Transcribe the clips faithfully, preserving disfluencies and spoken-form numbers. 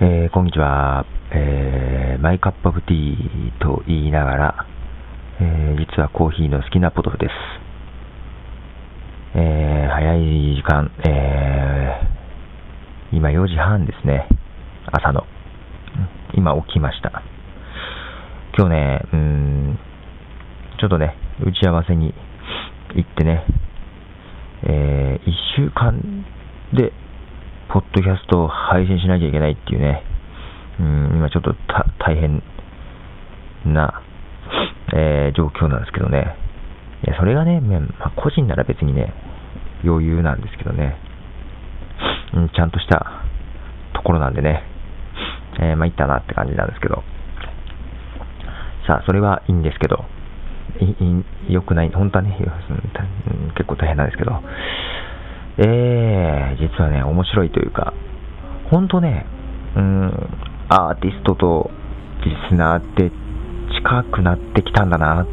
えー、こんにちは、えー、マイカップオブティーと言いながら、えー、実はコーヒーの好きなポトフです。えー、早い時間、えー、今よじはんですね、朝の。今起きました。今日ね、うーん、ちょっとね、打ち合わせに行ってね、えー、いっしゅうかんで、ポッドキャストを配信しなきゃいけないっていうね、うん、今ちょっとた大変な、えー、状況なんですけどね。いや、それがね、まあ、個人なら別にね、余裕なんですけどね、うん、ちゃんとしたところなんでね、えー、まあいったなって感じなんですけど、さあ、それはいいんですけど、いい良くない、本当はね、結構大変なんですけど、えー、実はね、面白いというか、本当ね、うーん、アーティストとリスナーって近くなってきたんだなって、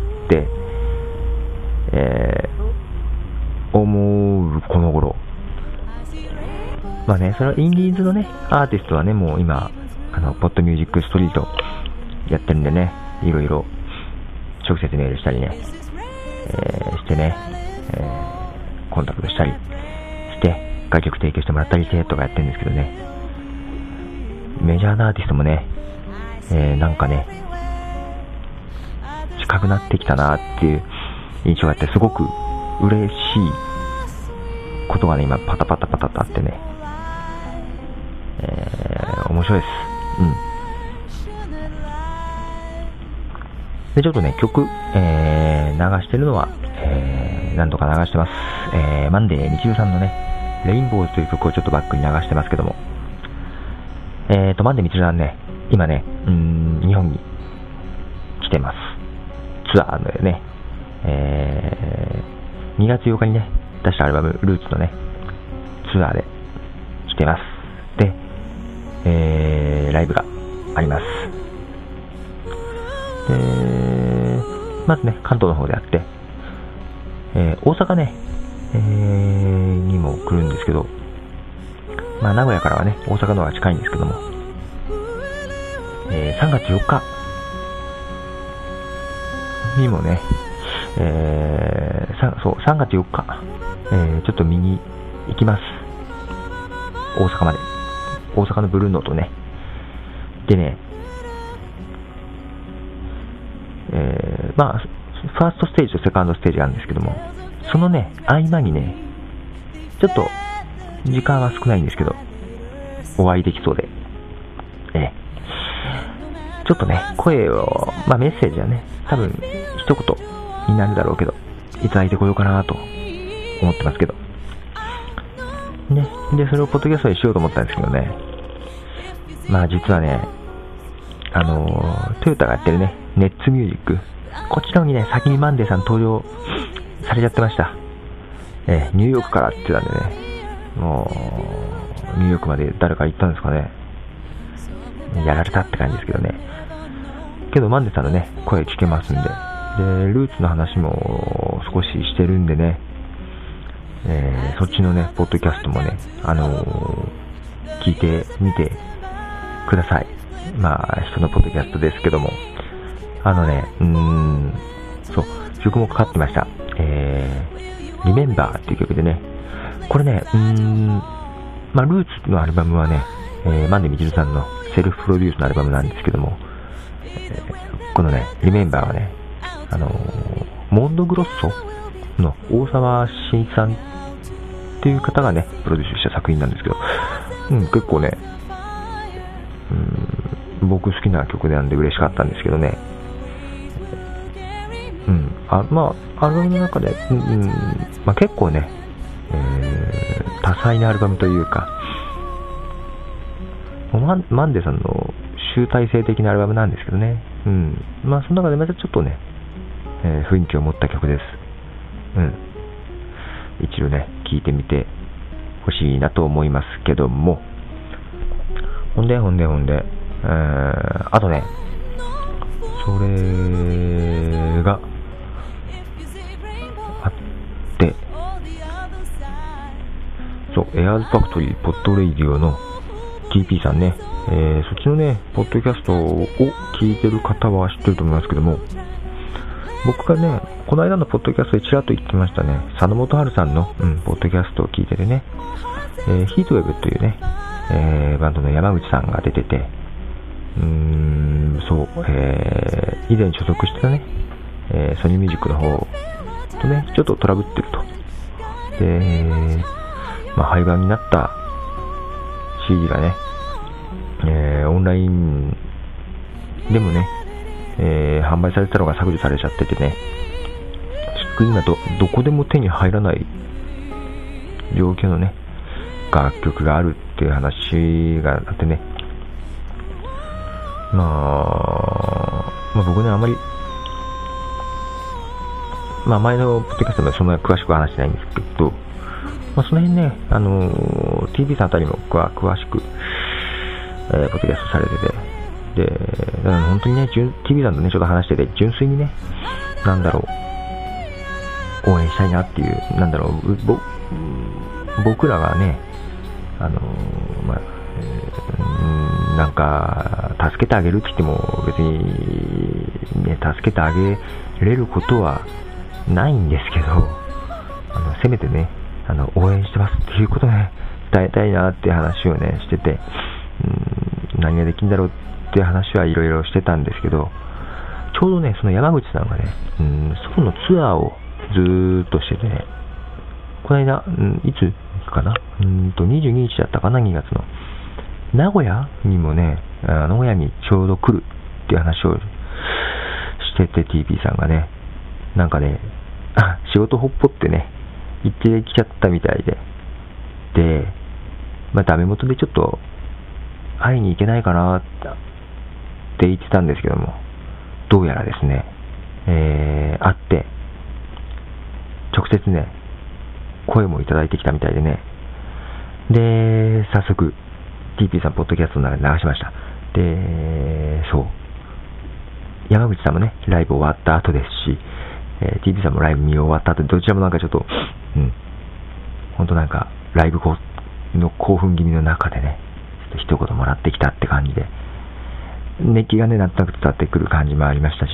えー、思うこの頃。まあね、それはインディーズのね、アーティストはね、もう今、あの、ポッドミュージックストリートやってるんでね、いろいろ直接メールしたりね、えー、してね、えー、コンタクトしたりして楽曲提供してもらったりしてとかやってるんですけどね、メジャーなアーティストもね、えー、なんかね近くなってきたなっていう印象があって、すごく嬉しいことがね今パタパタパタとあってね、えー、面白いです。うんで、ちょっとね、曲、えー、流してるのは、えー、何度か流してます。えー、マンデーみちるさんのね、レインボーズという曲をちょっとバックに流してますけども、えーと、マンデーみちるさんね、今ね、うーん、日本に来てます。ツアーでね、えー、にがつようかにね、出したアルバム、ルーツのね、ツアーで来てます。で、えー、ライブがあります。で、まずね、関東の方であって、えー、大阪ね、えー、にも来るんですけど、まあ名古屋からはね、大阪の方が近いんですけども、えー、さんがつよっかにもね、えー、さそうさんがつよっか、えー、ちょっと見に行きます。大阪まで。大阪のブルーノートね。でね、えー、まあ、ファーストステージとセカンドステージがあるんですけども、そのね、合間にね、ちょっと、時間は少ないんですけど、お会いできそうで、えー、ちょっとね、声を、まあメッセージはね、多分、一言になるだろうけど、いただいてこようかなと思ってますけど、ね、で、それをポッドキャストにしようと思ったんですけどね、まあ実はね、あのー、トヨタがやってるね、ネッツミュージック、こちらにね、先にマンデーさん登場されちゃってました。えー、ニューヨークからって言ってたんでね、もう、ニューヨークまで誰か行ったんですかね。やられたって感じですけどね。けどマンデーさんのね、声聞けますんで、で、ルーツの話も少ししてるんでね、えー、そっちのね、ポッドキャストもね、あのー、聞いてみてください。まあ、人のポッドキャストですけども、あのね、うーん、そう、曲もかかってました。えー、Remember っていう曲でね、これね、うーん、まあ、ルーツのアルバムはね、えー、マンデみちるさんのセルフプロデュースのアルバムなんですけども、えー、このね、Remember はね、あのー、モンドグロッソの大沢慎一さんっていう方がね、プロデュースした作品なんですけど、うん、結構ね、うん、僕好きな曲なんで嬉しかったんですけどね、うん、あまあ、アルバムの中で、うんうんまあ、結構ね、えー、多彩なアルバムというか、マン、マンデさんの集大成的なアルバムなんですけどね、うん、まあその中でまたちょっとね、えー、雰囲気を持った曲です。うん、一度ね聴いてみてほしいなと思いますけども、ほんでほんでほんで、えー、あとね、それがあって、そう、エアーズファクトリーポッドレイディオの ティーピー さんね、 えー、そっちのね、ポッドキャストを聞いてる方は知ってると思いますけども、僕がね、この間のポッドキャストでちらっと言ってましたね、佐野元春さんの、うん、ポッドキャストを聞いててね、えー、ヒートウェブというね、えー、バンドの山口さんが出てて、うーん、そう、えー、以前所属してたね、えー、ソニーミュージックの方とね、ちょっとトラブってると。で、まあ、廃盤になった シーディー がね、えー、オンラインでもね、えー、販売されてたのが削除されちゃっててね、結局今 ど, どこでも手に入らない状況のね、楽曲があるっていう話があってね、まあ、まあ、僕ね、あんまり、まあ、前のポッドキャストでもそんなに詳しくは話してないんですけど、まあ、その辺ね、あのー、ティービー さんあたりも僕は詳しく、えー、ポッドキャストされてて、で、だから本当にね、ティービー さんとね、ちょっと話してて、純粋にね、なんだろう、応援したいなっていう、なんだろう、ぼ僕らがね、あのー、まあ、えー、なんか、助けてあげるって言っても、別に、ね、助けてあげれることはないんですけど、あのせめてね、あの応援してますっていうことをね、伝えたいなって話をね、してて、うん、何ができるんだろうっていう話はいろいろしてたんですけど、ちょうどね、その山口さんがね、うん、ソロのツアーをずーっとしててね、この間、うん、いつかな、うんとにじゅうににちだったかな、にがつの名古屋にもね、名古屋にちょうど来るっていう話をしてて、 ティーピー さんがね、なんかね、あ、仕事ほっぽってね、行ってきちゃったみたいで、で、まあ、ダメ元でちょっと会いに行けないかなって言ってたんですけども、どうやらですね、えー、会って直接ね、声もいただいてきたみたいでね、で、早速 ティーピー さんポッドキャストの中で流しました。で、そう、山口さんもね、ライブ終わった後ですし、えー、ティーピー さんもライブ見終わった後で、どちらもなんかちょっと、うん、ほんとなんかライブの興奮気味の中でね、ちょっと一言もらってきたって感じで、熱気がね、なんとなく伝わってくる感じもありましたし、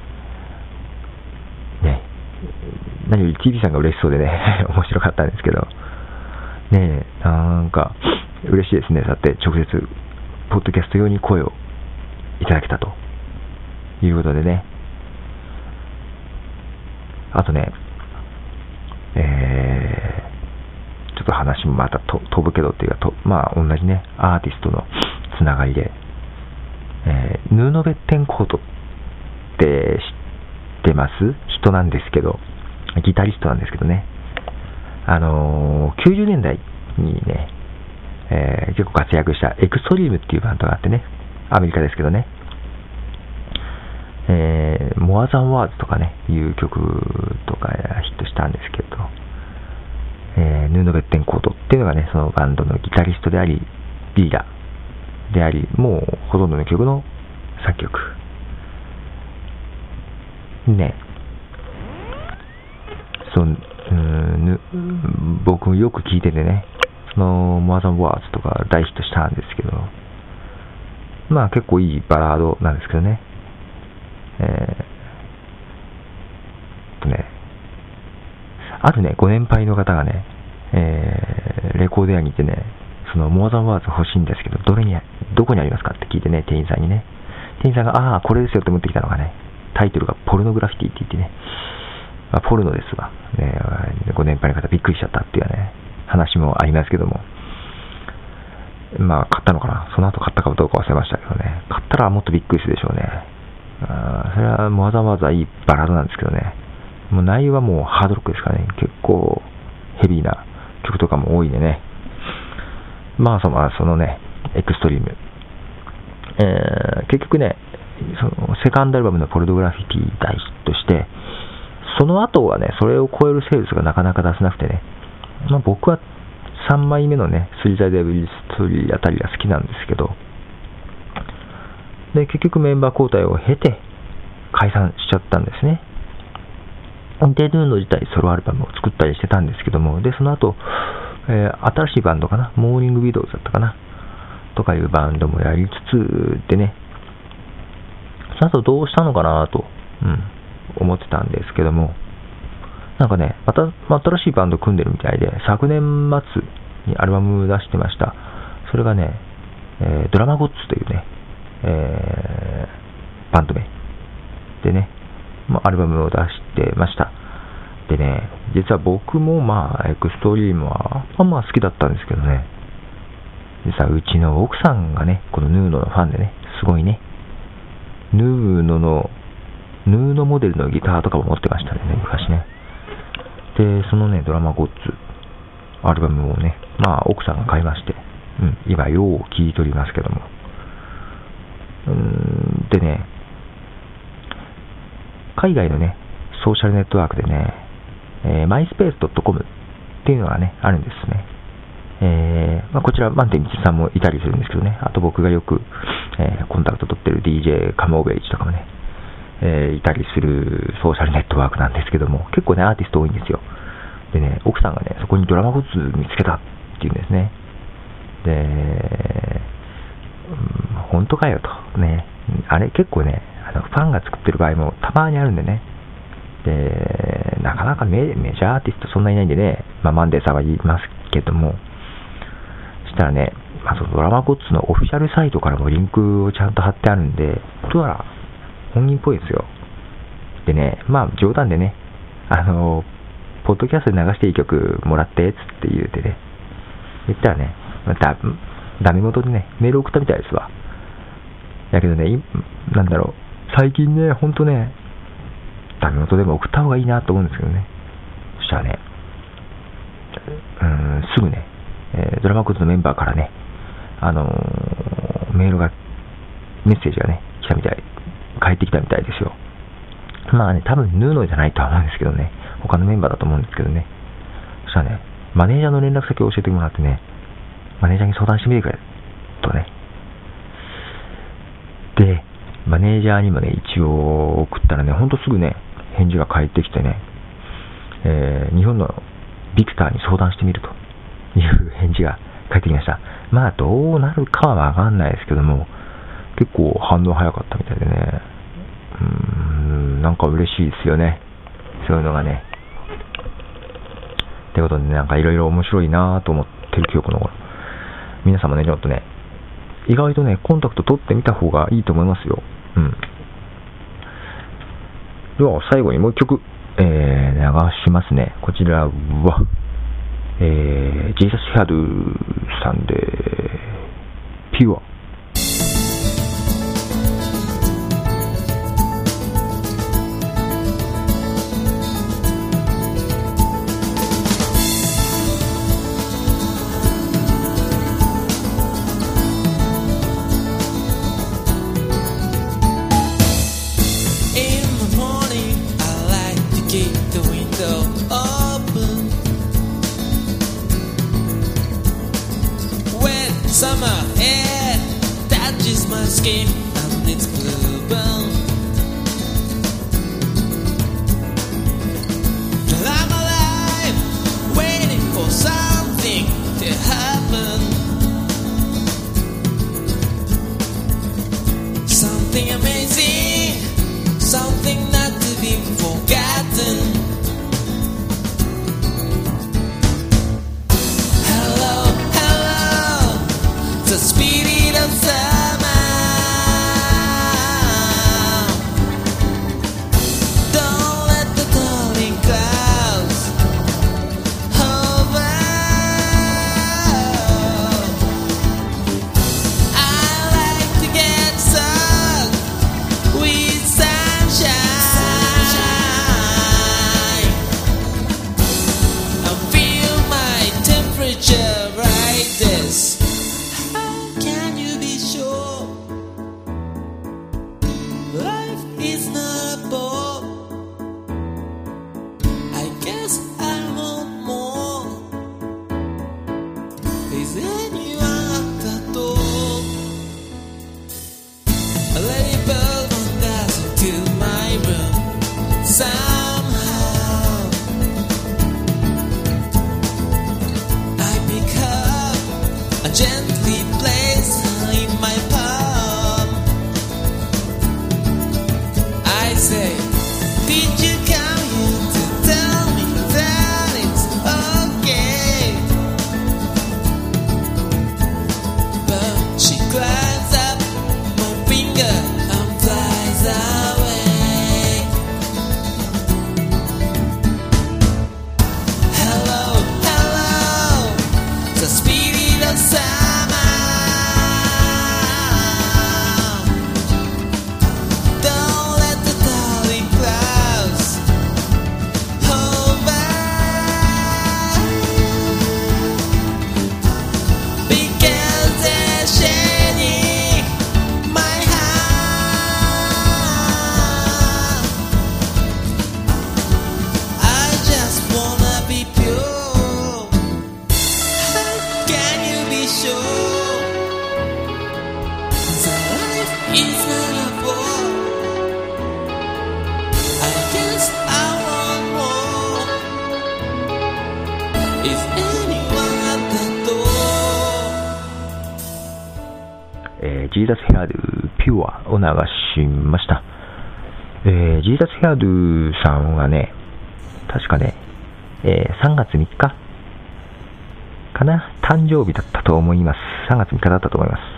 ね、何より ティーピー さんが嬉しそうでね、面白かったんですけど、ねえ、なんか嬉しいですね。だって直接ポッドキャスト用に声をいただけたということでね。あとね、えー、ちょっと話もまたと飛ぶけどっていうかと、まあ同じね、アーティストのつながりで、えー、ヌーノ・ベッテンコートって知ってます？人なんですけど、ギタリストなんですけどね、あのー、きゅうじゅうねんだいにね、えー、結構活躍したエクストリームっていうバンドがあってね、アメリカですけどね、えー、モアザンワーズとかね、いう曲とかヒットしたんですけど、えー、ヌーノ・ベッテンコートっていうのがね、そのバンドのギタリストであり、リーダーであり、もうほとんどの曲の作曲。ね、そう、うーん、僕もよく聞いててね、そのモアザンワーズとか大ヒットしたんですけど、まあ結構いいバラードなんですけどね、えー、とね、あるね、ご年配の方がね、えー、レコード屋に行ってね、そのモアザンワーズ欲しいんですけど、どれに、どこにありますかって聞いてね、店員さんにね、店員さんが、ああ、これですよって持ってきたのがね、タイトルがポルノグラフィティって言ってね、まあ、ポルノですわ、ね、ご年配の方びっくりしちゃったっていうね、話もありますけども、まあ買ったのかな、その後買ったかどうか忘れましたけどね、買ったらもっとびっくりするでしょうね。あ、それはわざわざいいバラードなんですけどね、もう内容はもうハードロックですからね、結構ヘビーな曲とかも多いんでね、まあその、そのね、エクストリーム、えー、結局ね、そのセカンドアルバムのポルノグラフィティ大ヒットして、その後はね、それを超えるセールスがなかなか出せなくてね、まあ、僕はさんまいめのね、スリザイ・デブリストリーあたりが好きなんですけど、で、結局メンバー交代を経て解散しちゃったんですね。で、ヌーノ自体ソロアルバムを作ったりしてたんですけども、で、その後、えー、新しいバンドかな、モーニング・ウィドウズだったかな、 とかいうバンドもやりつつでね、その後どうしたのかなと、うん、思ってたんですけども、なんかね、また新しいバンド組んでるみたいで、昨年末にアルバム出してました。それがね、えー、ドラマゴッツというね、えー、バンド名でね、まあ、アルバムを出してました。でね、実は僕もまあエクストリームはまあまあ好きだったんですけどね、実はうちの奥さんがね、このヌーノのファンでね、すごいね、ヌーノのヌーノモデルのギターとかも持ってましたね、昔ね。で、そのね、ドラマゴッツアルバムをね、まあ奥さんが買いまして、うん、今よう聴いておりますけども、うーんでね、海外のね、ソーシャルネットワークでね、えー、マイスペースドットコム っていうのがね、あるんですね。えーまあ、こちら、満点みちさんもいたりするんですけどね、あと僕がよく、えー、コンタクト取ってる ディージェー カムオベイチとかもね、えー、いたりするソーシャルネットワークなんですけども、結構ね、アーティスト多いんですよ。でね、奥さんがね、そこにドラマゴッツ見つけたっていうんですね。で、うん、本当かよと。ね、あれ結構ね、あのファンが作ってる場合もたまにあるんでね。で、なかなか メ, メジャーアーティストそんなにいないんでね、まあ、マンデーさんは言いますけども、したらね、まあ、そのドラマゴッツのオフィシャルサイトからもリンクをちゃんと貼ってあるんで、どうやら本人っぽいですよ。でね、まあ冗談でね、あの、ポッドキャストで流していい曲もらってつって言うてね、言ったらね、だダメ元でね、メール送ったみたいですわ。だけどね、なんだろう、最近ね、ほんとね、ダメ元でも送った方がいいなと思うんですけどね。そしたらね、うーん、すぐね、えー、ドラマゴッツのメンバーからね、あのー、メールが、メッセージがね、来たみたい、返ってきたみたいですよ。まあね、多分ヌーノじゃないとは思うんですけどね、他のメンバーだと思うんですけどね。そしたらね、マネージャーの連絡先を教えてもらってね、マネージャーに相談してみてくれとね。で、マネージャーにもね、一応送ったらね、ほんとすぐね、返事が返ってきてね、えー、日本のビクターに相談してみるという返事が返ってきました。まあどうなるかはわかんないですけども、結構反応早かったみたいでね、うーん、なんか嬉しいですよね、そういうのがね。ってことでね、なんかいろいろ面白いなと思ってる今日この頃。皆さんもね、ちょっとね、意外とね、コンタクト取ってみた方がいいと思いますよ。うん。では、最後にもう一曲、えー、流しますね。こちらは、えー、ジーザス・ヒャドゥさんで、ピュア。 Summer air touches my skin and it's blue brown. I'm alive, waiting for something to happen. Something amazing, something not to be forgotten. The spirit of summer. Don't let the darling clouds hover. I like to get sun with sunshine. I feel my temperature right this. Life is not a bore. I guess I want more. Is anyone at the door? A ladybird wanders into my room. Somehow I pick up a gently place. show that life is not a bore. I guess I want more. Is anyone at the door? えー、ジーザスヘアドゥピュアを流しました。えー、ジーザスヘアドゥさんはね、確かね、えー、さんがつみっかかな、誕生日だったと思います。さんがつみっかだったと思います。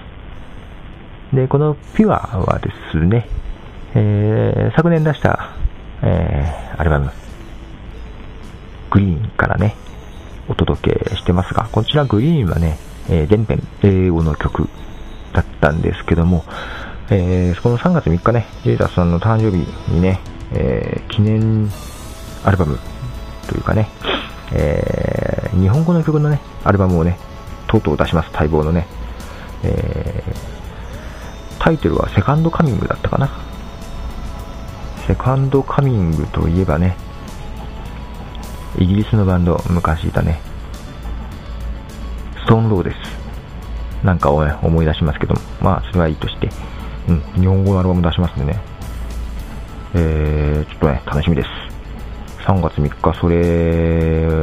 で、このピュアはですね、えー、昨年出した、えー、アルバムグリーンからねお届けしてますが、こちらグリーンはね、えー、全編英語の曲だったんですけども、えー、このさんがつみっかね、ジェイダスさんの誕生日にね、えー、記念アルバムというかね、えー、日本語の曲のねアルバムをねとうとう出します。待望のね、えー、タイトルはセカンドカミングだったかな。セカンドカミングといえばね、イギリスのバンド、昔いたねストーンローですなんかを、ね、思い出しますけども、まあそれはいいとして、うん、日本語のアルバム出しますんでね、えー、ちょっとね楽しみです。さんがつみっか、それ、うん、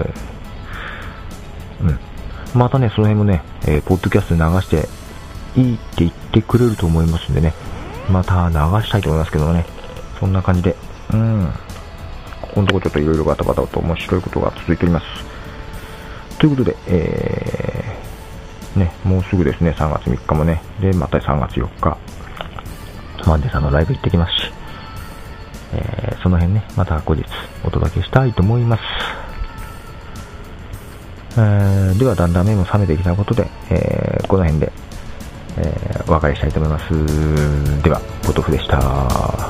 またねその辺もね、えー、ポッドキャストで流していいって言ってくれると思いますんでね、また流したいと思いますけどね、そんな感じで、うん、ここのところちょっといろいろバタバタと面白いことが続いております。ということで、えー、ね、もうすぐですね、さんがつみっかもね、で、またさんがつよっか、マンデーさんのライブ行ってきますし、えー、その辺ね、また後日お届けしたいと思います。えー、では、だんだん目も覚めてきたことで、えー、この辺で、えー、お別れしたいと思います。では、ポトフでした。